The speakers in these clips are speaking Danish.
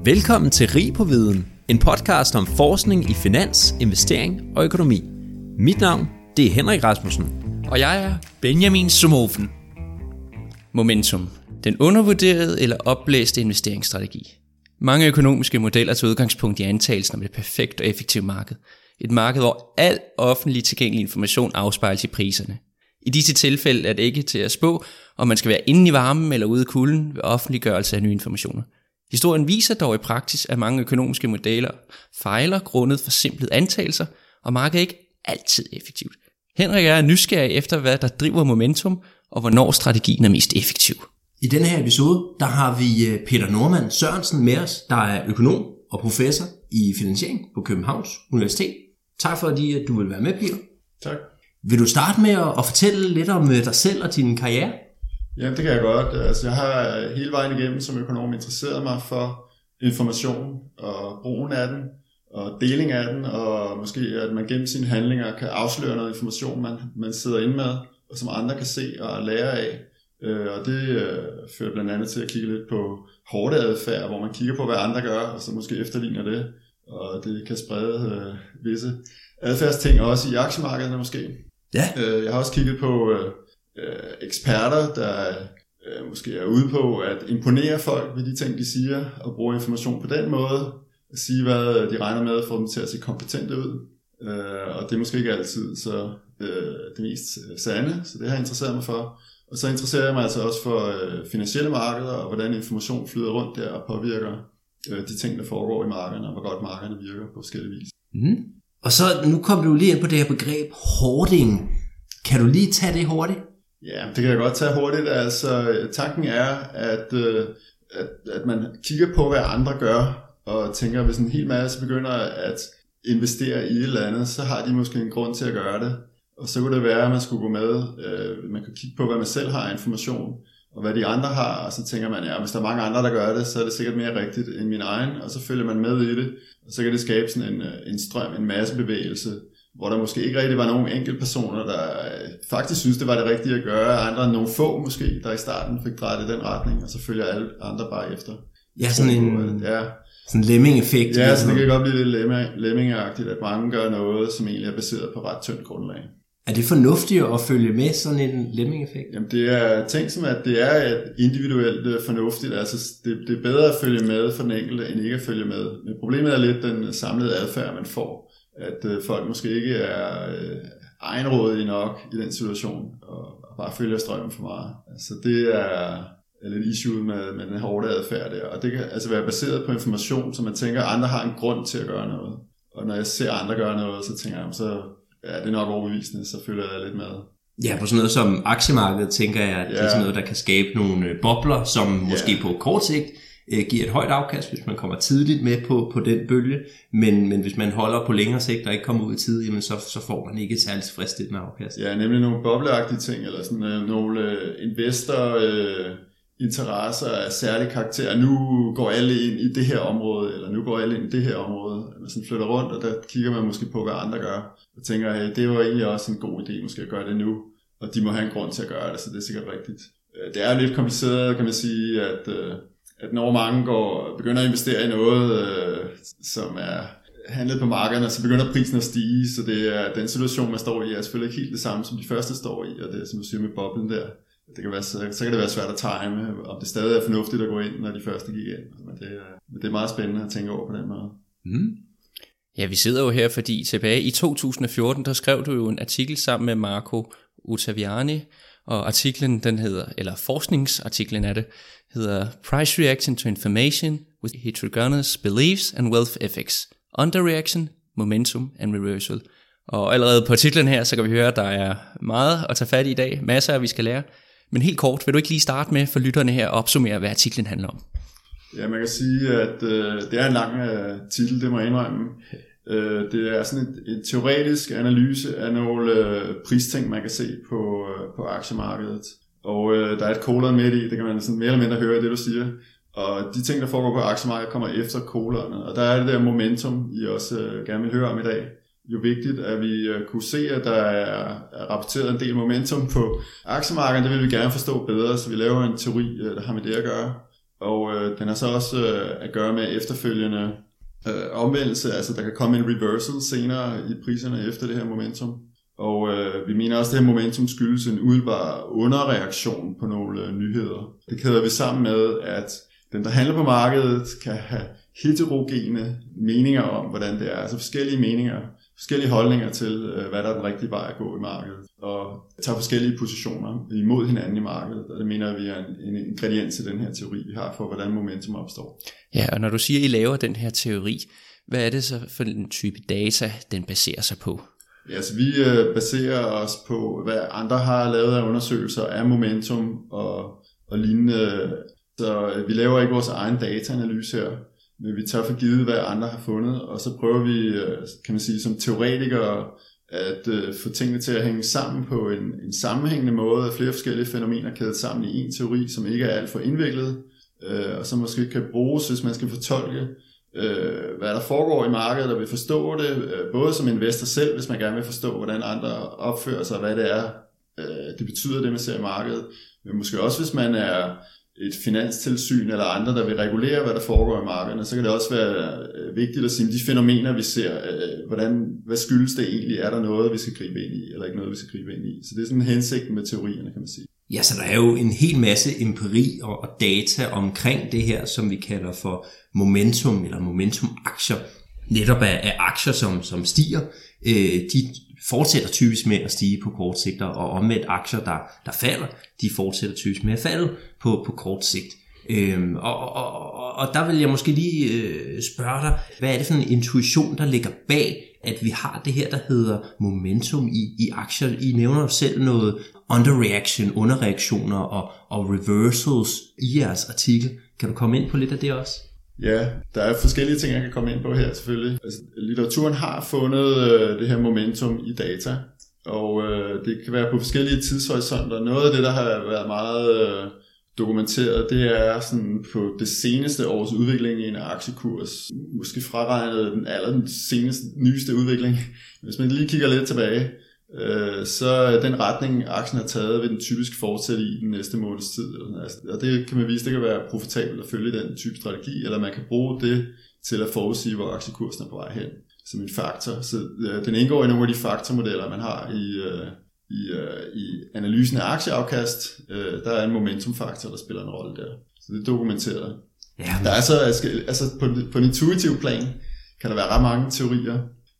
Velkommen til Rig på Viden, en podcast om forskning i finans, investering og økonomi. Mit navn, det er Henrik Rasmussen. Og jeg er Benjamin Somofen. Momentum. Den undervurderede eller opblæste investeringsstrategi. Mange økonomiske modeller tager udgangspunkt i antagelsen om et perfekt og effektivt marked. Et marked, hvor al offentlig tilgængelig information afspejles i priserne. I disse tilfælde er det ikke til at spå, om man skal være inde i varmen eller ude i kulden ved offentliggørelse af nye informationer. Historien viser dog i praksis, at mange økonomiske modeller fejler grundet forsimplede antagelser, og markedet er ikke altid effektivt. Henrik er nysgerrig efter, hvad der driver momentum, og hvornår strategien er mest effektiv. I denne her episode, der har vi Peter Normann Sørensen med os, der er økonom og professor i finansiering på Københavns Universitet. Tak fordi at du vil være med, Peter. Tak. Vil du starte med at fortælle lidt om dig selv og din karriere? Ja, det kan jeg godt. Altså, jeg har hele vejen igennem som økonom interesseret mig for information og brugen af den, og deling af den, og måske at man gennem sine handlinger kan afsløre noget information, man sidder inde med, og som andre kan se og lære af. Og det fører blandt andet til at kigge lidt på hårdeadfærd, hvor man kigger på, hvad andre gør, og så måske efterligner det. Og det kan sprede visse adfærdsting også i aktiemarkederne måske. Ja. Jeg har også kigget på eksperter, der måske er ude på at imponere folk ved de ting, de siger, og bruge information på den måde, at sige, hvad de regner med at få dem til at se kompetente ud. Og det er måske ikke altid så det mest sande, så det har jeg interesseret mig for. Og så interesserer jeg mig altså også for finansielle markeder, og hvordan information flyder rundt der og påvirker de ting, der foregår i markederne, og hvor godt markederne virker på forskellige vis. Mm. Og så nu kom du lige ind på det her begreb hoarding. Kan du lige tage det hurtigt? Ja, det kan jeg godt tage hurtigt. Altså, tanken er, at man kigger på, hvad andre gør, og tænker, hvis en hel masse begynder at investere i et eller andet, så har de måske en grund til at gøre det. Og så kunne det være, at man skulle gå med. Man kan kigge på, hvad man selv har af information, og hvad de andre har, og så tænker man, ja, hvis der er mange andre, der gør det, så er det sikkert mere rigtigt end min egen, og så følger man med i det, og så kan det skabe sådan en strøm, en massebevægelse, hvor der måske ikke rigtig var nogen enkeltpersoner, der faktisk synes, det var det rigtige at gøre, andre end nogle få måske, der i starten fik drejet i den retning, og så følger alle andre bare efter. Ja, sådan en lemming-effekt. Ja, så det kan godt blive lidt lemming-agtigt, at mange gør noget, som egentlig er baseret på ret tyndt grundlag. Er det fornuftigt at følge med sådan en lemming-effekt? Jamen det er tænkt som, at det er et individuelt fornuftigt, altså det er bedre at følge med for den enkelte, end ikke at følge med. Men problemet er lidt den samlede adfærd, man får. At folk måske ikke er egenrådige nok i den situation, og bare følger strømmen for meget. Altså det er lidt issue med den hårde adfærd der, og det kan altså være baseret på information, så man tænker, at andre har en grund til at gøre noget. Og når jeg ser andre gøre noget, så tænker jeg, så ja, det er nok overbevisende, så følger jeg lidt med. Ja, på sådan noget som aktiemarkedet, tænker jeg, at det er sådan noget, der kan skabe nogle bobler, som måske på kort sigt giver et højt afkast, hvis man kommer tidligt med på den bølge, men hvis man holder på længere sigt og ikke kommer ud i tid, jamen så får man ikke et særligt tilfredsstillende afkast. Ja, nemlig nogle bobleagtige ting, eller sådan nogle interesser af særlig karakter. Nu går alle ind i det her område, eller nu går alle ind i det her område. Man sådan flytter rundt, og der kigger man måske på, hvad andre gør, og tænker, hey, det var egentlig også en god idé, måske at gøre det nu, og de må have en grund til at gøre det, så det er sikkert rigtigt. Det er lidt kompliceret, kan man sige, at når mange begynder at investere i noget, som er handlet på markederne, så begynder prisen at stige, så det er den situation, man står i, er selvfølgelig ikke helt det samme, som de første står i, og det er, som du siger med boblen der. Det kan være, så kan det være svært at time, om det stadig er fornuftigt at gå ind, når de første gik ind. Men det er meget spændende at tænke over på den måde. Mm. Ja, vi sidder jo her, fordi tilbage i 2014, der skrev du jo en artikel sammen med Marco Ottaviani, og artiklen, den hedder, eller forskningsartiklen af det, hedder Price Reaction to Information with Heterogeneous Beliefs and Wealth Effects. Underreaction, Momentum and Reversal. Og allerede på titlen her, så kan vi høre, at der er meget at tage fat i dag. Masser, vi skal lære. Men helt kort, vil du ikke lige starte med for lytterne her og opsummere, hvad artiklen handler om? Ja, man kan sige, at det er en lang titel, det må jeg indrømme. Det er sådan et teoretisk analyse af nogle pristing, man kan se på aktiemarkedet. Og der er et kolon midt i, det kan man sådan mere eller mindre høre det, du siger. Og de ting, der foregår på aktiemarkedet, kommer efter kolonet. Og der er det der momentum, I også gerne vil høre om i dag. Jo vigtigt, at vi kunne se, at der er rapporteret en del momentum på aktiemarkedet. Det vil vi gerne forstå bedre, så vi laver en teori, der har med det at gøre. og den har så også at gøre med efterfølgende omvendelse, altså der kan komme en reversal senere i priserne efter det her momentum. Og vi mener også, at det her momentum skyldes en umiddelbar underreaktion på nogle nyheder. Det kæder vi sammen med, at den, der handler på markedet, kan have heterogene meninger om, hvordan det er. Altså forskellige meninger, forskellige holdninger til, hvad der er den rigtige vej at gå i markedet. Og tager forskellige positioner imod hinanden i markedet. Og det mener vi er en ingrediens til den her teori, vi har for, hvordan momentum opstår. Ja, og når du siger, at I laver den her teori, hvad er det så for en type data, den baserer sig på? Ja, så vi baserer os på, hvad andre har lavet af undersøgelser af momentum og lignende. Så vi laver ikke vores egen dataanalyse her, men vi tager for givet, hvad andre har fundet, og så prøver vi, kan man sige, som teoretikere at få tingene til at hænge sammen på en sammenhængende måde, af flere forskellige fænomener kædet sammen i en teori, som ikke er alt for indviklet, og som måske kan bruges, hvis man skal fortolke, hvad der foregår i markedet, og vil forstå det, både som investor selv, hvis man gerne vil forstå, hvordan andre opfører sig, hvad det er, det betyder det, man ser i markedet, men måske også, hvis man er et finanstilsyn eller andre, der vil regulere, hvad der foregår i markederne, så kan det også være vigtigt at sige, de fænomener, vi ser, hvad skyldes det egentlig? Er der noget, vi skal gribe ind i, eller ikke noget, vi skal gribe ind i? Så det er sådan hensigten med teorierne, kan man sige. Ja, så der er jo en hel masse empiri og data omkring det her, som vi kalder for momentum eller momentumaktier. Netop af aktier, som stiger. De fortsætter typisk med at stige på kort sigt, og omvendt aktier, der falder, de fortsætter typisk med at falde på kort sigt. Og der vil jeg måske lige spørge dig, hvad er det for en intuition, der ligger bag, at vi har det her, der hedder momentum i aktier? I nævner jo selv noget underreaction, underreaktioner og reversals i jeres artikel. Kan du komme ind på lidt af det også? Ja, der er forskellige ting, jeg kan komme ind på her selvfølgelig. Altså, litteraturen har fundet det her momentum i data, og det kan være på forskellige tidshorisonter. Noget af det, der har været meget dokumenteret, det er sådan på det seneste års udvikling i en aktiekurs. Måske fraregnet den seneste, nyeste udvikling. Hvis man lige kigger lidt tilbage, så den retning, aktien har taget, vil den typisk fortsætte i den næste måneds tid. Og det kan man vise, det kan være profitabelt at følge den type strategi, eller man kan bruge det til at forudsige, hvor aktiekursen er på vej hen, som en faktor. Så den indgår i nogle af de faktormodeller, man har i analysen af aktieafkast. Der er en momentumfaktor, der spiller en rolle der. Så det er dokumenteret. Ja. Der er altså på en intuitiv plan, kan der være ret mange teorier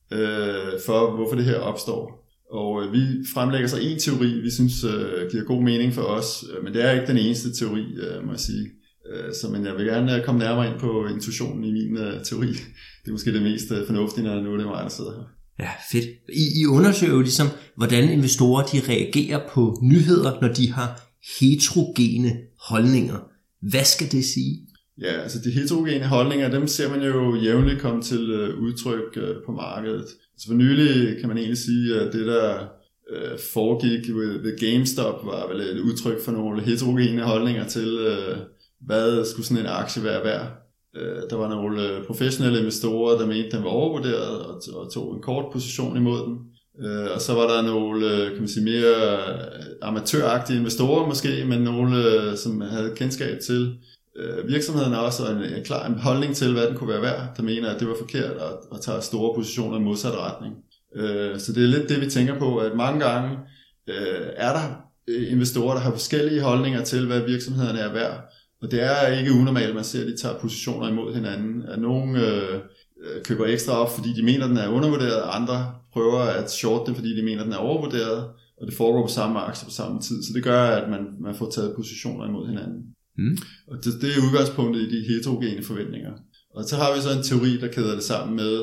for, hvorfor det her opstår. Og vi fremlægger så en teori, vi synes giver god mening for os, men det er ikke den eneste teori, må jeg sige. Men jeg vil gerne komme nærmere ind på intuitionen i min teori. Det er måske det mest fornuftige, når nu er det mig, der sidder her. Ja, fedt. I undersøger jo ligesom, hvordan investorer de reagerer på nyheder, når de har heterogene holdninger. Hvad skal det sige? Ja, altså de heterogene holdninger, dem ser man jo jævnligt komme til udtryk på markedet. Altså for nylig kan man egentlig sige, at det der foregik ved GameStop var vel et udtryk for nogle heterogene holdninger til, hvad skulle sådan en aktie være værd. Der var nogle professionelle investorer, der mente, den var overvurderet og tog en kort position imod den. Og så var der nogle, kan man sige, mere amatøragtige investorer måske, men nogle, som havde kendskab til virksomheden også, og en klar holdning til, hvad den kunne være værd, der mener, at det var forkert at tage store positioner i modsat retning. Så det er lidt det, vi tænker på, at mange gange er der investorer, der har forskellige holdninger til, hvad virksomhederne er værd, og det er ikke unormalt, at man ser, at de tager positioner imod hinanden. At nogen køber ekstra op, fordi de mener, at den er undervurderet, og andre prøver at short den, fordi de mener, at den er overvurderet, og det foregår på samme aktie på samme tid. Så det gør, at man får taget positioner imod hinanden. Og det er udgangspunktet i de heterogene forventninger. Og så har vi så en teori, der kæder det sammen med,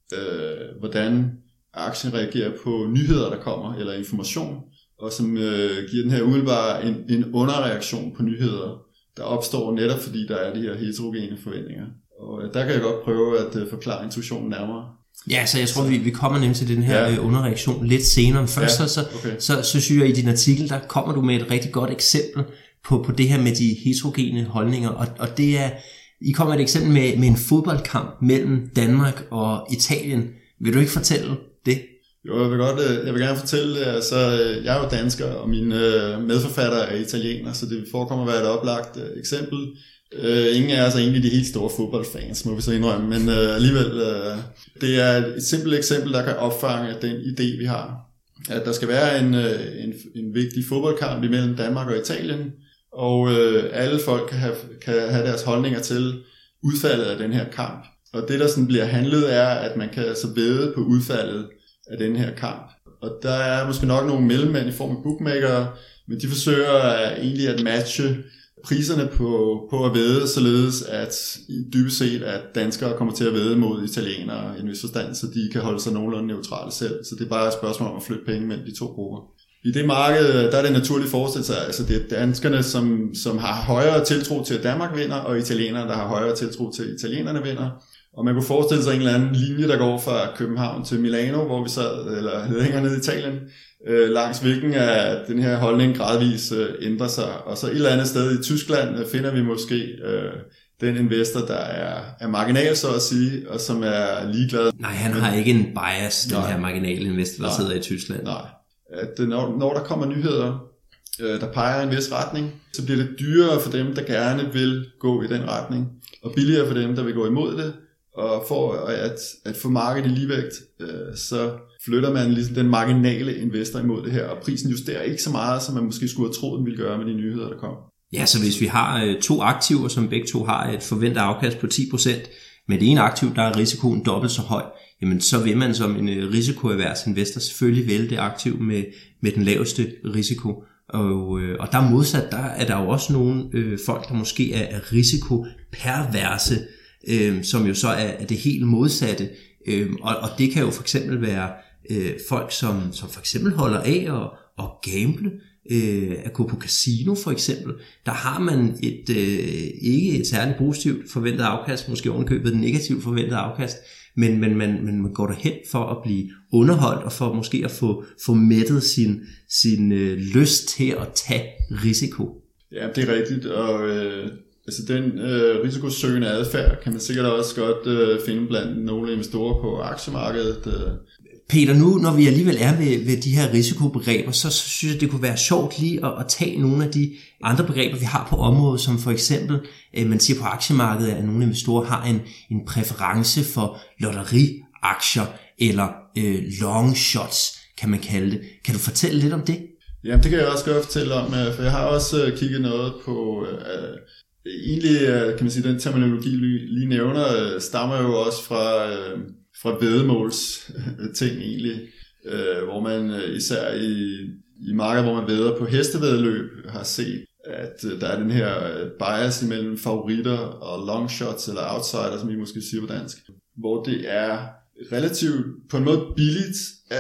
hvordan aktien reagerer på nyheder, der kommer, eller information, og som giver den her umiddelbare en underreaktion på nyheder, der opstår netop fordi der er de her heterogene forventninger. Og der kan jeg godt prøve at forklare intuitionen nærmere. Ja, så jeg tror, vi kommer nemlig til den her underreaktion lidt senere. Først så synes jeg, i din artikel, der kommer du med et rigtig godt eksempel på det her med de heterogene holdninger. Og det er, I kommer et eksempel med en fodboldkamp mellem Danmark og Italien. Vil du ikke fortælle det? Jo, jeg vil gerne fortælle det. Altså, jeg er jo dansker, og mine medforfattere er italiener, så det forekommer at være et oplagt eksempel. Ingen af os er egentlig de helt store fodboldfans, må vi så indrømme, men alligevel, det er et simpelt eksempel, der kan opfange den idé, vi har. At der skal være en vigtig fodboldkamp imellem Danmark og Italien, og alle folk kan have deres holdninger til udfaldet af den her kamp. Og det, der sådan bliver handlet, er, at man kan så vædde på udfaldet af den her kamp. Og der er måske nok nogle mellemmænd i form af bookmakere, men de forsøger egentlig at matche priserne på at vædde, således at dybest set, at danskere kommer til at vædde mod italienere i en vis forstand, så de kan holde sig nogenlunde neutrale selv. Så det er bare et spørgsmål om at flytte penge mellem de to grupper. I det marked, der er det naturligt forestillet sig, altså det er danskerne, som har højere tiltro til, at Danmark vinder, og italienerne, der har højere tiltro til, at italienerne vinder. Og man kunne forestille sig en eller anden linje, der går fra København til Milano, hvor vi sad, eller længere ned i Italien, langs hvilken af den her holdning gradvis ændrer sig. Og så et eller andet sted i Tyskland finder vi måske den investor, der er marginal, så at sige, og som er ligeglad. Nej, han har ikke en bias, den her marginale investor, der sidder i Tyskland. Nej, at når der kommer nyheder, der peger i en vis retning, så bliver det dyrere for dem, der gerne vil gå i den retning, og billigere for dem, der vil gå imod det. Og for at få markedet i ligevægt, så flytter man ligesom den marginale investor imod det her, og prisen justerer ikke så meget, som man måske skulle have troet, den ville gøre med de nyheder, der kom. Ja, så hvis vi har to aktiver, som begge to har et forventet afkast på 10%, med det ene aktiv, der er risikoen dobbelt så høj, jamen så vil man som en risikoavers investor selvfølgelig vælge det aktiv med den laveste risiko. Og der modsat, der er der jo også nogle folk, der måske er risikoperverse, som jo så er det helt modsatte. Og det kan jo for eksempel være folk, som for eksempel holder af at gamble, at gå på casino for eksempel. Der har man ikke et særligt positivt forventet afkast, måske ovenkøbet et negativt forventet afkast, men man går derhen for at blive underholdt, og for måske at få mættet sin lyst til at tage risiko. Ja, det er rigtigt, og altså den risikosøgende adfærd kan man sikkert også godt finde blandt nogle investorer på aktiemarkedet. Peter, nu når vi alligevel er ved de her risikobegreber, så synes jeg, det kunne være sjovt lige at tage nogle af de andre begreber, vi har på området, som for eksempel, man siger på aktiemarkedet, at nogle investorer har en præference for lotteriaktier, eller long shots, kan man kalde det. Kan du fortælle lidt om det? Jamen, det kan jeg også godt fortælle om, for jeg har også kigget noget på... Egentlig kan man sige, den terminologi lige nævner, stammer jo også fra væddemåls ting egentlig, hvor man især i markedet, hvor man vædder på hestevæddeløb, har set, at der er den her bias imellem favoritter og long shots eller outsider, som I måske siger på dansk, hvor det er relativt på en måde billigt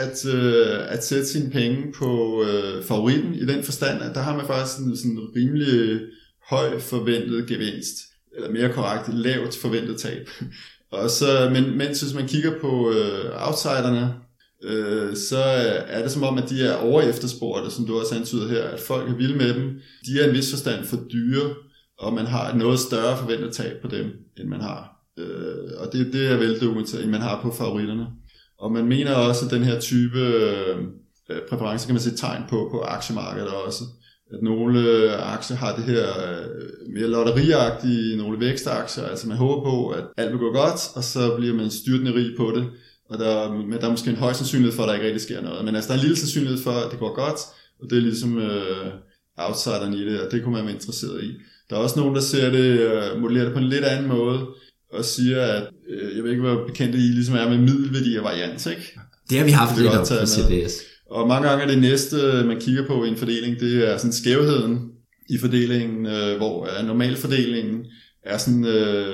at sætte sine penge på favoritten, i den forstand, at der har man faktisk sådan rimelig høj forventet gevinst, eller mere korrekt, lavt forventet tab. Og så, men hvis man kigger på outsiderne, så er det som om, at de er overefterspurgte, som du også antyder her, at folk er vilde med dem. De er en vis forstand for dyre, og man har et noget større forventet tab på dem, end man har. Og det er veldokumenteret, end man har på favoritterne. Og man mener også, at den her type præference kan man se tegn på aktiemarkedet også. At nogle aktier har det her mere lotteriagtige, nogle vækstaktier, altså man håber på, at alt vil gå godt, og så bliver man styrtende rig på det, og der er måske en høj sandsynlighed for, at der ikke rigtig sker noget, men altså der er en lille sandsynlighed for, at det går godt, og det er ligesom outsideren i det, og det kunne man være interesseret i. Der er også nogen, der ser det, modellerer det på en lidt anden måde, og siger, at jeg ved ikke, hvor bekendt I ligesom er med middelværdi og varians, ikke? Det har vi haft lidt op på CDS. Og mange gange er det næste, man kigger på i en fordeling, det er sådan skævheden i fordelingen, hvor normalfordelingen er sådan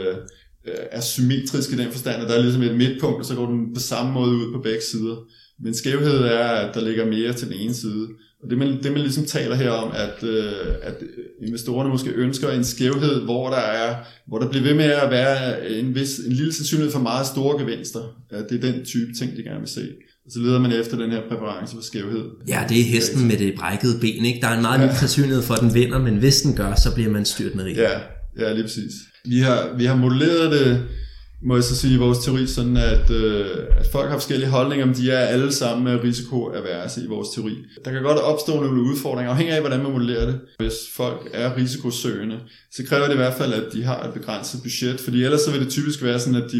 er symmetrisk i den forstand, at der er ligesom et midtpunkt, og så går den på samme måde ud på begge sider. Men skævhed er, at der ligger mere til den ene side. Og det man ligesom taler her om, at investorerne måske ønsker en skævhed, hvor der bliver ved med at være en lille sandsynlighed for meget store gevinster. At det er den type ting, de gerne vil se. Og så leder man efter den her præference for skævhed. Ja, det er hesten med det brækkede ben, ikke? Der er en meget lille sandsynlighed for, at den vinder, men hvis den gør, så bliver man styrtende rig. Ja, lige præcis. Vi har modelleret det må jeg så sige i vores teori sådan, at folk har forskellige holdninger, men de er alle sammen risikoaverse i vores teori. Der kan godt opstå nogle udfordringer, afhængig af hvordan man modellerer det. Hvis folk er risikosøgende, så kræver det i hvert fald, at de har et begrænset budget, fordi ellers så vil det typisk være sådan, at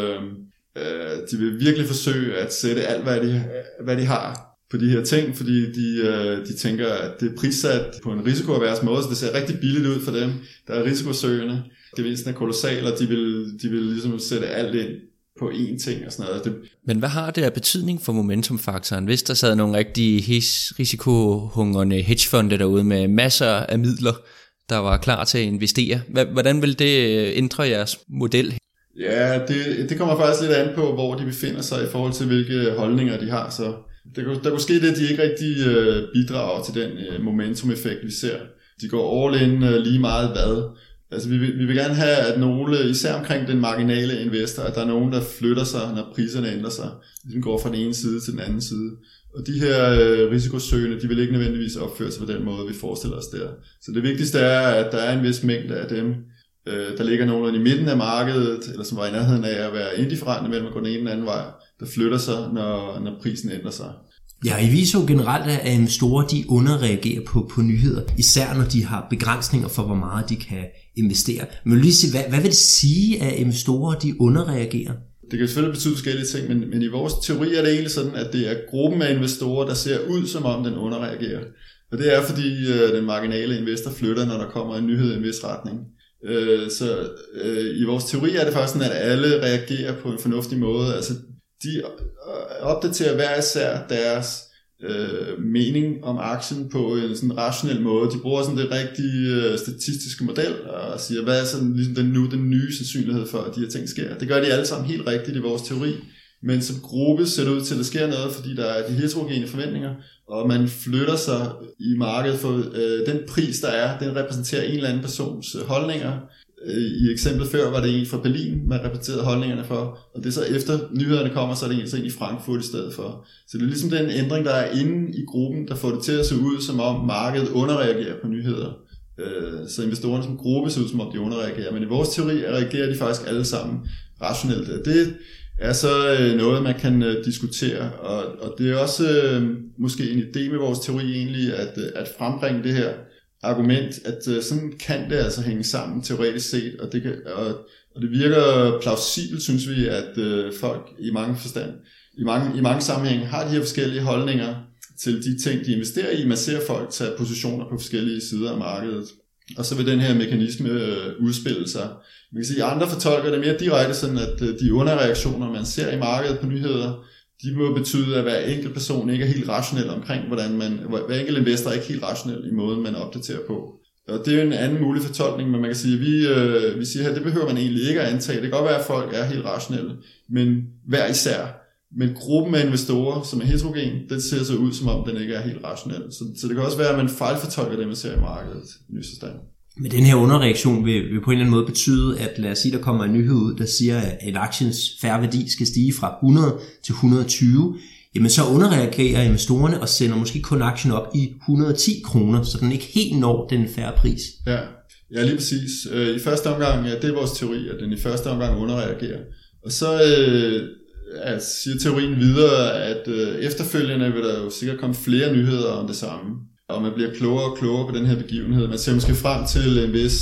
de vil virkelig forsøge at sætte alt, hvad de har på de her ting, fordi de tænker, at det er prissat på en risikoavers måde, så det ser rigtig billigt ud for dem, der er risikosøgende. Gevinsten er kolossal, og de vil ligesom sætte alt ind på én ting og sådan noget. Men hvad har det af betydning for momentumfaktoren, hvis der sad nogle rigtig risikohungrende hedgefonde derude med masser af midler, der var klar til at investere? Hvordan vil det ændre jeres model? Ja, det kommer faktisk lidt an på, hvor de befinder sig i forhold til, hvilke holdninger de har. Så der kunne ske det, at de ikke rigtig bidrager til den momentum-effekt, vi ser. De går all in lige meget hvad. Altså vi vil gerne have, at nogle, især omkring den marginale investor, at der er nogen, der flytter sig, når priserne ændrer sig. De går fra den ene side til den anden side. Og de her risikosøgende, de vil ikke nødvendigvis opføre sig på den måde, vi forestiller os der. Så det vigtigste er, at der er en vis mængde af dem, der ligger nogen i midten af markedet, eller som var i nærheden af at være indifferente mellem at gå den ene eller anden vej, der flytter sig, når prisen ændrer sig. Ja, I viser jo generelt, at investorer de underreagerer på nyheder, især når de har begrænsninger for, hvor meget de kan investere. Men vil lige sige, hvad vil det sige, at investorer de underreagerer? Det kan selvfølgelig betyde forskellige ting, men i vores teori er det egentlig sådan, at det er gruppen af investorer, der ser ud, som om den underreagerer. Og det er, fordi den marginale investor flytter, når der kommer en nyhed i en vis retning. Så i vores teori er det faktisk sådan, at alle reagerer på en fornuftig måde. Altså, de opdaterer hver især deres mening om aktien på en sådan rationel måde. De bruger sådan det rigtige statistiske model og siger, hvad er sådan ligesom den nye sandsynlighed for, at de her ting sker. Det gør de alle sammen helt rigtigt i vores teori. Men som gruppe ser det ud til, at der sker noget, fordi der er de heterogene forventninger, og man flytter sig i markedet for den pris, der er, den repræsenterer en eller anden persons holdninger. I eksemplet før var det en fra Berlin, man repræsenterede holdningerne for, og det er så efter nyhederne kommer, så er det en i Frankfurt i stedet for. Så det er ligesom den ændring, der er inde i gruppen, der får det til at se ud, som om markedet underreagerer på nyheder. Så investorerne som gruppe ser ud, som om de underreagerer, men i vores teori reagerer de faktisk alle sammen rationelt. Det er så noget, man kan diskutere, og det er også måske en idé med vores teori egentlig, at frembringe det her argument, at sådan kan det altså hænge sammen teoretisk set, og det virker plausibelt, synes vi, at folk i mange sammenhænge har de her forskellige holdninger til de ting, de investerer i. Man ser folk tage positioner på forskellige sider af markedet, og så vil den her mekanisme udspille sig. Man kan sige, at andre fortolker det mere direkte sådan, at de underreaktioner, man ser i markedet på nyheder, de må betyde, at hver enkelt person ikke er helt rationel omkring, hver enkelt investor er ikke helt rationel i måden, man opdaterer på. Og det er jo en anden mulig fortolkning, men man kan sige, at vi siger her, det behøver man egentlig ikke at antage. Det kan godt være, at folk er helt rationelle, men hver især. Men gruppen af investorer, som er heterogen, den ser så ud, som om den ikke er helt rationel. Så det kan også være, at man fejlfortolker det, man ser i markedet i ny forstand. Men den her underreaktion vil på en eller anden måde betyde, at lad os sige, der kommer en nyhed ud, der siger, at aktiens fair værdi skal stige fra 100 til 120, jamen så underreagerer investorerne og sender måske kun aktien op i 110 kroner, så den ikke helt når den fair pris. Ja, lige præcis. I første omgang, det er vores teori, at den i første omgang underreagerer. Og så siger teorien videre, at efterfølgende vil der jo sikkert komme flere nyheder om det samme. Og man bliver klogere og klogere på den her begivenhed. Man ser måske frem til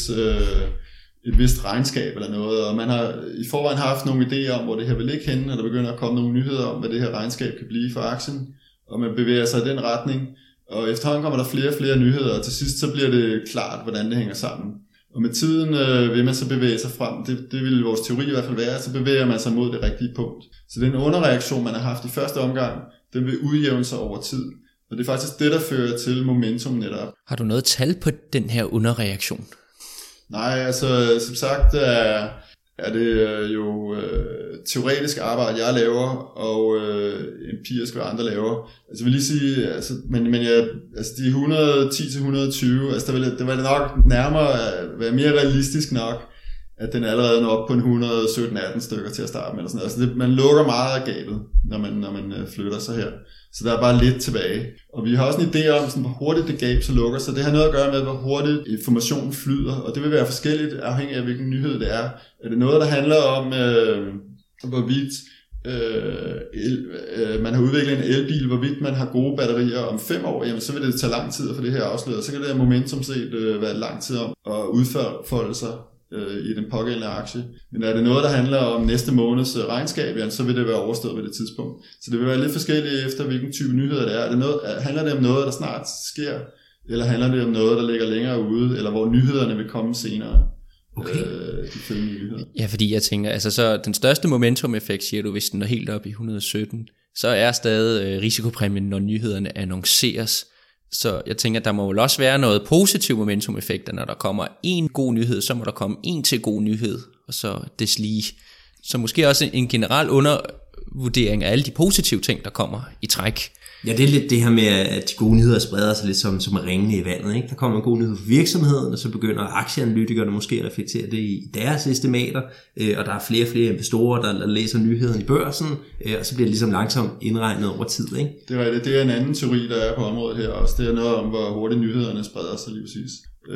et vist regnskab eller noget, og man har i forvejen haft nogle idéer om, hvor det her vil ligge henne, og der begynder at komme nogle nyheder om, hvad det her regnskab kan blive for aktien, og man bevæger sig i den retning, og efterhånden kommer der flere og flere nyheder, og til sidst så bliver det klart, hvordan det hænger sammen. Og med tiden vil man så bevæge sig frem, det vil vores teori i hvert fald være, så bevæger man sig mod det rigtige punkt. Så den underreaktion, man har haft i første omgang, den vil udjævne sig over tid. Og det er faktisk det, der fører til momentum netop. Har du noget tal på den her underreaktion? Nej, altså som sagt er det jo teoretisk arbejde, jeg laver, og empirisk, hvad andre laver. Altså vil lige sige, altså, men de 110 til 120, altså det vil nok nærmere være mere realistisk nok, at den allerede når op på en 117-18 stykker til at starte med. Eller sådan. Altså man lukker meget af gabet, når man flytter sig her. Så der er bare lidt tilbage. Og vi har også en idé om, sådan, hvor hurtigt det gab så lukker. Så det har noget at gøre med, hvor hurtigt informationen flyder. Og det vil være forskelligt afhængig af, hvilken nyhed det er. Er det noget, der handler om, hvorvidt man har udviklet en elbil, hvorvidt man har gode batterier om 5 år, jamen så vil det tage lang tid at få det her afsløret. Så kan det her momentum set være lang tid om at udfolde sig i den pågældende aktie. Men er det noget, der handler om næste måneds regnskab, jamen, så vil det være overstået ved det tidspunkt. Så det vil være lidt forskelligt efter, hvilken type nyheder det er. Handler det om noget, der snart sker, eller handler det om noget, der ligger længere ude, eller hvor nyhederne vil komme senere? Okay. De følgende nyheder. Ja, fordi jeg tænker, altså så den største momentum-effekt, siger du, hvis den er helt op i 117, så er stadig risikopræmien, når nyhederne annonceres. Så jeg tænker, der må vel også være noget positiv momentum-effekt, når der kommer en god nyhed, så må der komme en til god nyhed, og så deslige. Så måske også en generel undervurdering af alle de positive ting, der kommer i træk. Ja, det er lidt det her med, at de gode nyheder spreder sig lidt som ringene i vandet. Ikke? Der kommer en god nyhed for virksomheden, og så begynder aktieanalytikerne måske at reflektere det i deres estimater, og der er flere og flere investorer, der læser nyheden i børsen, og så bliver det ligesom langsomt indregnet over tid. Ikke? Det er rigtigt. Det er en anden teori, der er på området her også. Det er noget om, hvor hurtigt nyhederne spreder sig lige præcis.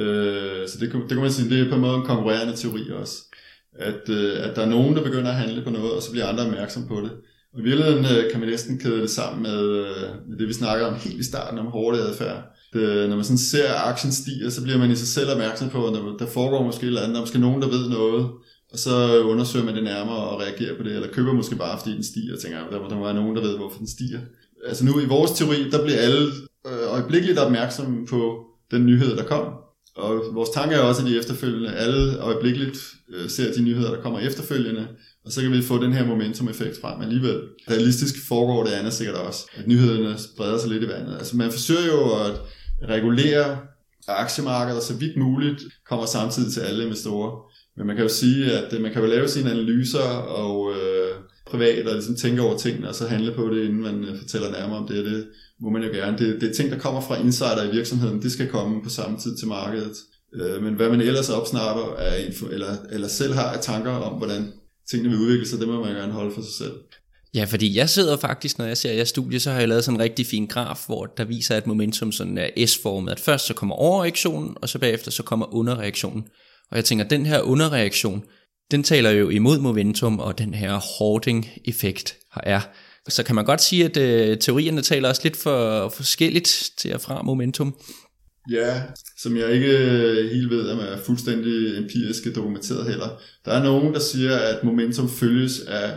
Så det kan man sige, det er på en måde en konkurrerende teori også. At der er nogen, der begynder at handle på noget, og så bliver andre opmærksom på det. Og i virkeligheden kan man næsten kæde det sammen med det, vi snakker om helt i starten om hårdt adfærd. Når man sådan ser, at aktien stiger, så bliver man i sig selv opmærksom på, at der foregår måske et eller andet. Der er måske nogen, der ved noget, og så undersøger man det nærmere og reagerer på det, eller køber måske bare, fordi den stiger, og tænker, at der må være nogen, der ved, hvorfor den stiger. Altså nu i vores teori, der bliver alle øjeblikkeligt opmærksomme på den nyhed, der kom. Og vores tanke er også, at de efterfølgende, alle øjeblikkeligt ser de nyheder, der kommer efterfølgende, og så kan vi få den her momentum-effekt frem alligevel. Realistisk foregår det andet sikkert også, at nyhederne spreder sig lidt i vandet. Altså man forsøger jo at regulere aktiemarkedet, så vidt muligt kommer samtidig til alle investorer. Men man kan jo sige, at man kan jo lave sine analyser og privat og ligesom tænke over tingene, og så handle på det, inden man fortæller nærmere om det. Det må man jo gerne. Det er ting, der kommer fra insider i virksomheden, det skal komme på samme tid til markedet. Men hvad man ellers opsnapper eller selv har af tanker om, hvordan tingene vil udvikle sig, det må man gerne holde for sig selv. Ja, fordi jeg sidder faktisk, når jeg ser jeres studie, så har jeg lavet sådan en rigtig fin graf, hvor der viser, at momentum sådan er S-formet. At først så kommer overreaktionen, og så bagefter så kommer underreaktionen. Og jeg tænker, at den her underreaktion, den taler jo imod momentum og den her hoarding-effekt her er. Så kan man godt sige, at teorierne taler også lidt for forskelligt til at fra momentum. Ja, som jeg ikke helt ved, at man er fuldstændig empirisk dokumenteret heller. Der er nogen, der siger, at momentum følges af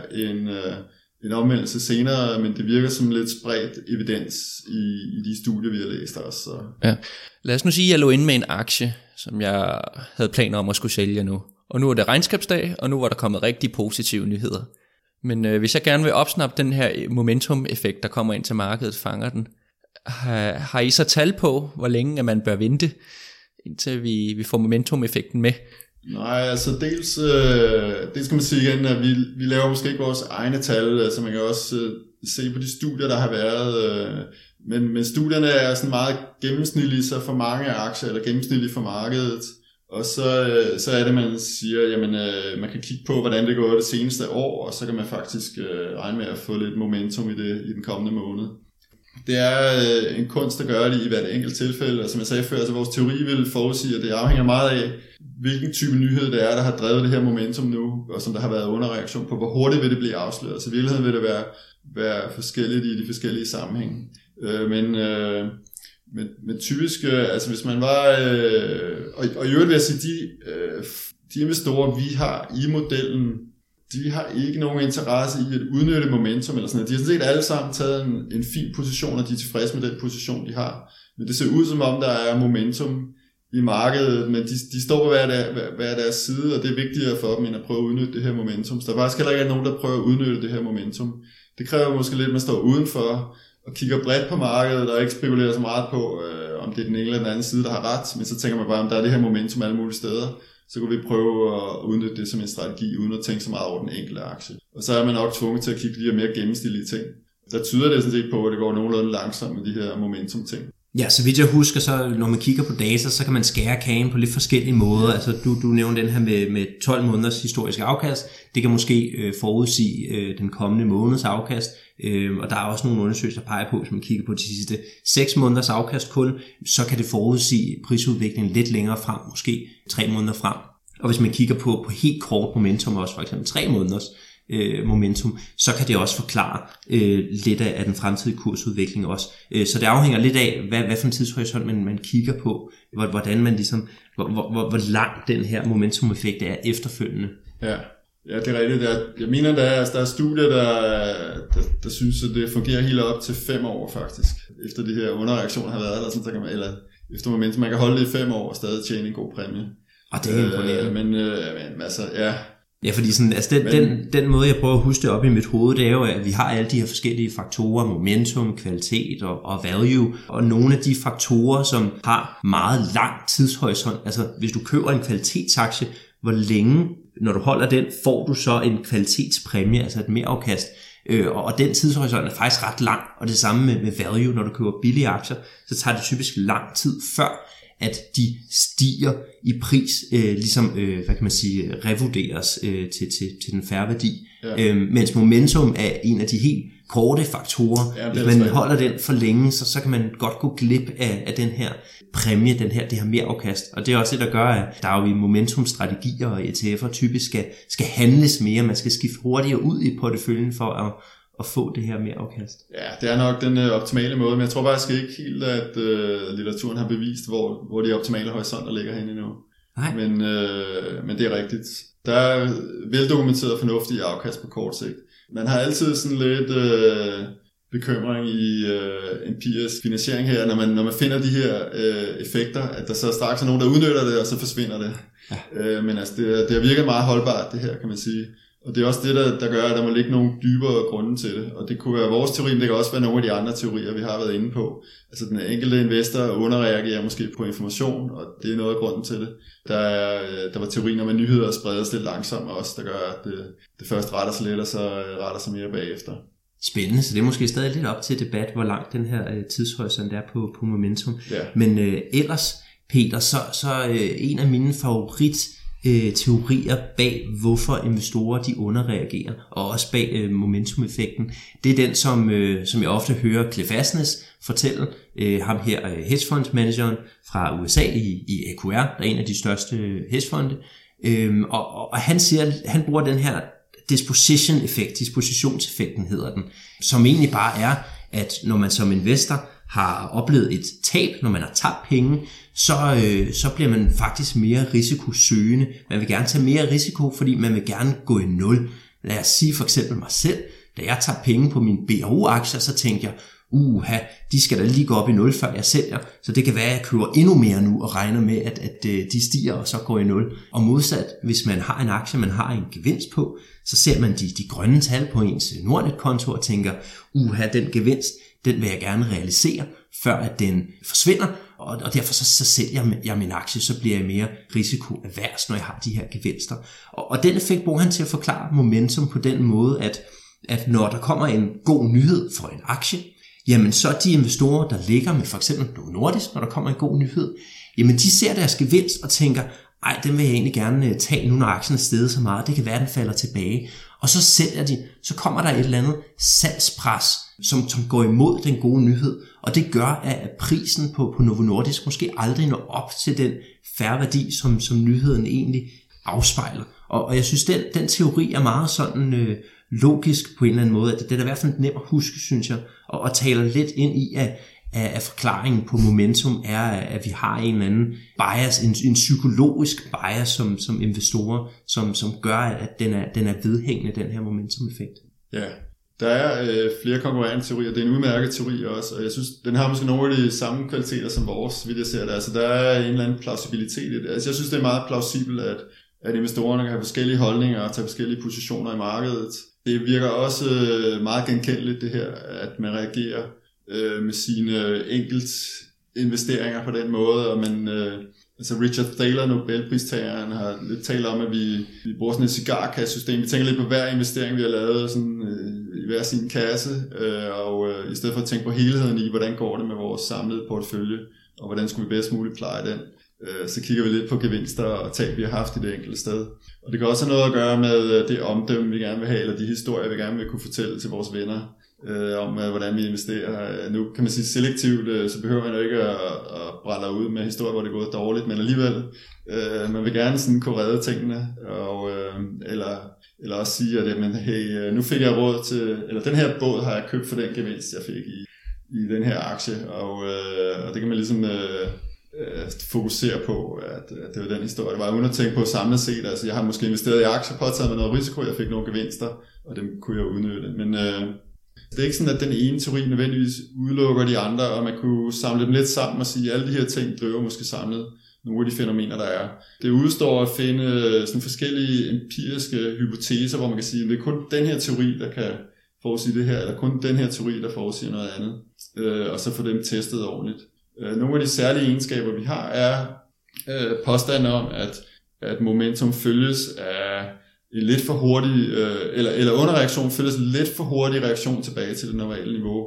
en omvendelse senere, men det virker som lidt spredt evidens i de studier, vi har læst også. Så. Ja. Lad os nu sige, at jeg lå inde med en aktie, som jeg havde planer om at skulle sælge nu. Og nu er det regnskabsdag, og nu var der kommet rigtig positive nyheder. Men hvis jeg gerne vil opsnappe den her momentum-effekt, der kommer ind til markedet, fanger den, har I så tal på, hvor længe at man bør vente, indtil vi får momentum-effekten med? Nej, altså dels skal man sige igen, at vi laver måske ikke vores egne tal, altså man kan også se på de studier, der har været, men studierne er sådan meget gennemsnitlige, så for mange aktier, eller gennemsnitlige for markedet, og så er det, man siger, jamen man kan kigge på, hvordan det går det seneste år, og så kan man faktisk regne med at få lidt momentum i den kommende måned. Det er en kunst at gøre det i hvert enkelt tilfælde, og som jeg sagde før, altså vores teori vil forudsige, at det afhænger meget af, hvilken type nyhed det er, der har drevet det her momentum nu, og som der har været underreaktion på, hvor hurtigt vil det blive afsløret. Så i virkeligheden vil det være forskelligt i de forskellige sammenhænge. Men typisk, altså hvis man var, og i øvrigt vil jeg sige, de investorer, vi har i modellen, de har ikke nogen interesse i at udnytte momentum eller sådan noget. De har sådan set alle sammen taget en fin position, og de er tilfredse med den position, de har. Men det ser ud som om, der er momentum i markedet, men de står på hver deres side, og det er vigtigere for dem, end at prøve at udnytte det her momentum. Så der er faktisk heller ikke nogen, der prøver at udnytte det her momentum. Det kræver måske lidt, at man står udenfor og kigger bredt på markedet, og ikke spekulerer så meget på, om det er den ene eller den anden side, der har ret, men så tænker man bare, om der er det her momentum alle mulige steder. Så kan vi prøve at udnytte det som en strategi, uden at tænke så meget over den enkelte aktie. Og så er man nok tvunget til at kigge på de her mere gennemsnitlige ting. Der tyder det sådan set på, at det går nogenlunde langsomt med de her momentum-ting. Ja, så vidt jeg husker, så når man kigger på data, så kan man skære kagen på lidt forskellige måder. Altså du nævnte den her med 12 måneders historiske afkast. Det kan måske forudsige den kommende måneds afkast. Og der er også nogle undersøgelser, der peger på, hvis man kigger på de sidste 6 måneders afkast kun, så kan det forudsige prisudviklingen lidt længere frem, måske 3 måneder frem. Og hvis man kigger på helt kort momentum, også for eksempel 3 måneders momentum, så kan det også forklare lidt af den fremtidige kursudvikling også. Så det afhænger lidt af, hvad for en tidshorisont man kigger på, hvordan man ligesom, hvor lang den her momentum-effekt er efterfølgende. Ja, det er rigtigt. Jeg mener, der er studier, der synes, at det fungerer helt op til 5 år faktisk, efter de her underreaktioner har været, eller efter momentum, man kan holde det i 5 år og stadig tjene en god præmie. Og det er imponerende. Men altså, ja. Ja, fordi sådan, altså den måde, jeg prøver at huske det op i mit hoved, det er jo, at vi har alle de her forskellige faktorer, momentum, kvalitet og value, og nogle af de faktorer, som har meget lang tidshorisont. Altså, hvis du køber en kvalitetsaktie, hvor længe, når du holder den, får du så en kvalitetspræmie, altså et merafkast. Og den tidshorisont er faktisk ret lang, og det samme med value, når du køber billige aktier, så tager det typisk lang tid før, at de stiger i pris, ligesom, hvad kan man sige, revurderes til den færre værdi. Ja. Mens momentum er en af de helt korte faktorer. Ja, hvis man holder den for længe, så kan man godt gå glip af den her præmie, det her merafkast. Og det er også det, der gør, at der er jo i momentumstrategier og ETF'er typisk skal handles mere. Man skal skifte hurtigere ud i porteføljen for at få det her merafkast. Ja, det er nok den optimale måde, men jeg tror faktisk ikke helt, at litteraturen har bevist, hvor de optimale horisonter ligger henne endnu. Nej. Men det er rigtigt. Der er veldokumenteret fornuftige afkast på kort sigt. Man har altid sådan lidt bekymring i en peers finansiering her, når man finder de her effekter, at der så straks er nogen, der udnytter det, og så forsvinder det. Ja. Men altså, det har virket meget holdbart, det her, kan man sige. Og det er også det, der gør, at der må ligge nogle dybere grunde til det. Og det kunne være vores teori, men det kan også være nogle af de andre teorier, vi har været inde på. Altså den enkelte investor underreagerer måske på information, og det er noget af grunden til det. Der var teorien om, at nyheder spredes lidt langsommere også, der gør, at det først retter sig lidt, og så retter sig mere bagefter. Spændende, så det er måske stadig lidt op til debat, hvor langt den her tidshorisont er på momentum. Ja. Men ellers, Peter, så en af mine teorier bag, hvorfor investorer de underreagerer, og også bag momentum-effekten, det er den, som jeg ofte hører Cliff Asness fortælle, ham her hedgefondsmanageren fra USA i AQR, der er en af de største hedgefonde, og han siger, han bruger den her disposition-effekt, dispositionseffekten hedder den, som egentlig bare er, at når man som investor har oplevet et tab, når man har tabt penge, så bliver man faktisk mere risikosøgende. Man vil gerne tage mere risiko, fordi man vil gerne gå i nul. Lad os sige for eksempel mig selv, da jeg tager penge på mine BRU-aktier, så tænker jeg, de skal da lige gå op i 0, før jeg sælger, så det kan være, at jeg køber endnu mere nu og regner med, at de stiger og så går i 0. Og modsat, hvis man har en aktie, man har en gevinst på, så ser man de grønne tal på ens Nordnet-konto og tænker, den gevinst, den vil jeg gerne realisere, før at den forsvinder, og derfor så sælger jeg min aktie, så bliver jeg mere risikoavers, når jeg har de her gevinster. Og den effekt bruger han til at forklare momentum på den måde, at når der kommer en god nyhed for en aktie, jamen så de investorer, der ligger med for eksempel Novo Nordisk, når der kommer en god nyhed, jamen de ser deres gevinst og tænker, den vil jeg egentlig gerne tage nu, når aktien er steget så meget, det kan være, den falder tilbage. Og så sælger de, så kommer der et eller andet salgspres, som går imod den gode nyhed, og det gør, at prisen på Novo Nordisk måske aldrig når op til den fair værdi, som nyheden egentlig afspejler. Og jeg synes, den teori er meget sådan logisk på en eller anden måde, at det er i hvert fald nemt at huske, synes jeg, og taler lidt ind i, at forklaringen på momentum er, at vi har en eller anden bias, en psykologisk bias som investorer, som gør, at den er vedhængende, den her momentum-effekt. Ja, der er flere konkurrerende teorier. Det er en udmærket teori også, og jeg synes, den har måske nogle af de samme kvaliteter som vores, vil jeg ser det. Altså, der er en eller anden plausibilitet i det. Altså, jeg synes, det er meget plausibelt, at investorerne kan have forskellige holdninger og tage forskellige positioner i markedet. Det virker også meget genkendeligt, det her, at man reagerer med sine enkelt investeringer på den måde, og man, altså Richard Thaler, Nobelpristageren, har lidt talt om, at vi bruger sådan et cigarkassesystem. Vi tænker lidt på hver investering, vi har lavet sådan, hver sin kasse, og i stedet for at tænke på helheden i, hvordan går det med vores samlede portefølje, og hvordan skulle vi bedst muligt pleje den, så kigger vi lidt på gevinster og tab, vi har haft i det enkelte sted. Og det kan også have noget at gøre med det omdømme, vi gerne vil have, eller de historier, vi gerne vil kunne fortælle til vores venner, om hvordan vi investerer. Nu kan man sige selektivt, så behøver man jo ikke at brænde ud med historier, hvor det er gået dårligt, men alligevel, man vil gerne sådan kunne redde tingene, og, eller også sige, at jamen, hey, nu fik jeg råd til, eller den her båd har jeg købt for den gevinst, jeg fik i den her aktie, og det kan man ligesom fokusere på, at det var den historie. Det var uden at tænke på samlet set, altså jeg har måske investeret i aktier, påtaget med noget risiko, jeg fik nogle gevinster, og dem kunne jeg udnytte, men det er ikke sådan, at den ene teori nødvendigvis udelukker de andre, og man kunne samle dem lidt sammen og sige, at alle de her ting driver måske samlet nogle af de fænomener, der er. Det udstår at finde sådan forskellige empiriske hypoteser, hvor man kan sige, at det er kun den her teori, der kan forudsige det her, eller kun den her teori, der forudsiger noget andet, og så få dem testet ordentligt. Nogle af de særlige egenskaber, vi har, er påstanden om, at momentum følges af en lidt for hurtig, eller underreaktion følges lidt for hurtig reaktion tilbage til det normale niveau,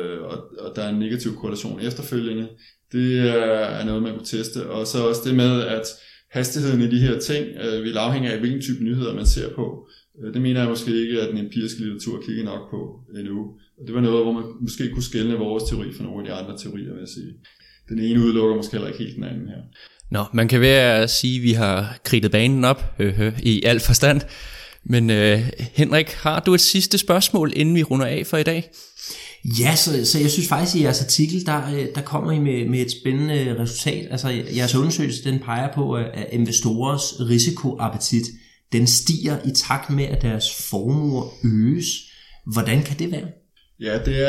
og der er en negativ korrelation efterfølgende. Det er noget, man kunne teste. Og så også det med, at hastigheden i de her ting vil afhænge af, hvilken type nyheder man ser på. Det mener jeg måske ikke, at den empiriske litteratur kigger nok på endnu. Og det var noget, hvor man måske kunne skelne vores teori fra nogle af de andre teorier, vil jeg sige. Den ene udelukker måske heller ikke helt den anden her. Nå, man kan være at sige, at vi har kridtet banen op i al forstand. Men Henrik, har du et sidste spørgsmål, inden vi runder af for i dag? Ja, så jeg synes faktisk, at i jeres artikel, der kommer I med et spændende resultat. Altså jeres undersøgelse, den peger på, at investorers risikoappetit, den stiger i takt med, at deres formuer øges. Hvordan kan det være? Ja, det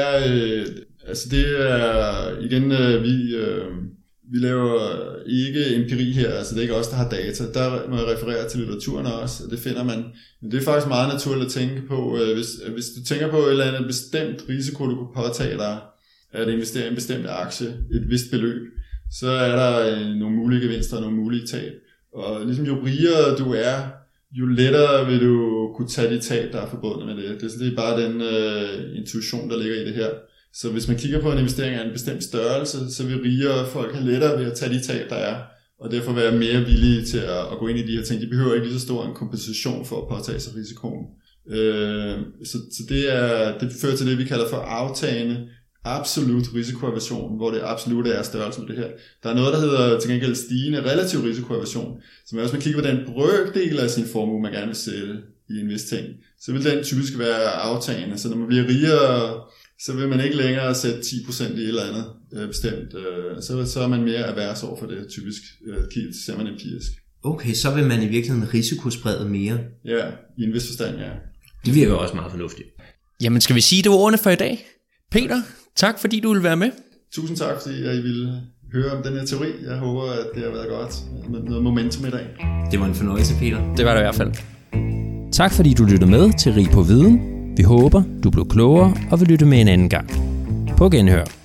er igen, vi laver ikke empiri her, altså det er ikke os, der har data. Der må jeg referere til litteraturen også, det finder man. Men det er faktisk meget naturligt at tænke på, hvis du tænker på et eller andet bestemt risiko, du kunne påtage dig, at investere i en bestemt aktie, et vist beløb, så er der nogle mulige gevinster og nogle mulige tab. Og ligesom jo rigere du er, jo lettere vil du kunne tage de tab, der er forbundet med det. Det er bare den intuition, der ligger i det her. Så hvis man kigger på en investering af en bestemt størrelse, så vil rigere folk have lettere ved at tage de tab, der er, og derfor være mere villige til at gå ind i de her ting. De behøver ikke lige så stor en kompensation for at påtage sig risikoen. Så det fører til det, vi kalder for aftagende absolut risikoaversion, hvor det absolutte er størrelsen af det her. Der er noget, der hedder til gengæld stigende relativ risikoaversion, som hvis man kigger på den brøkdel af sin formue, man gerne vil sætte i en vis ting, så vil den typisk være aftagende. Så når man bliver rigere, så vil man ikke længere sætte 10% i et eller andet bestemt. Så er man mere avers over for det, typisk ser man empirisk. Okay, så vil man i virkeligheden risikosprede mere? Ja, i en vis forstand, ja. Det virker også meget fornuftigt. Jamen, skal vi sige det var ordene for i dag? Peter, tak fordi du ville være med. Tusind tak, fordi I ville høre om den her teori. Jeg håber, at det har været godt med noget momentum i dag. Det var en fornøjelse, Peter. Det var det i hvert fald. Tak fordi du lyttede med til Rig på Viden. Vi håber, du blev klogere og vil lytte med en anden gang. På genhør.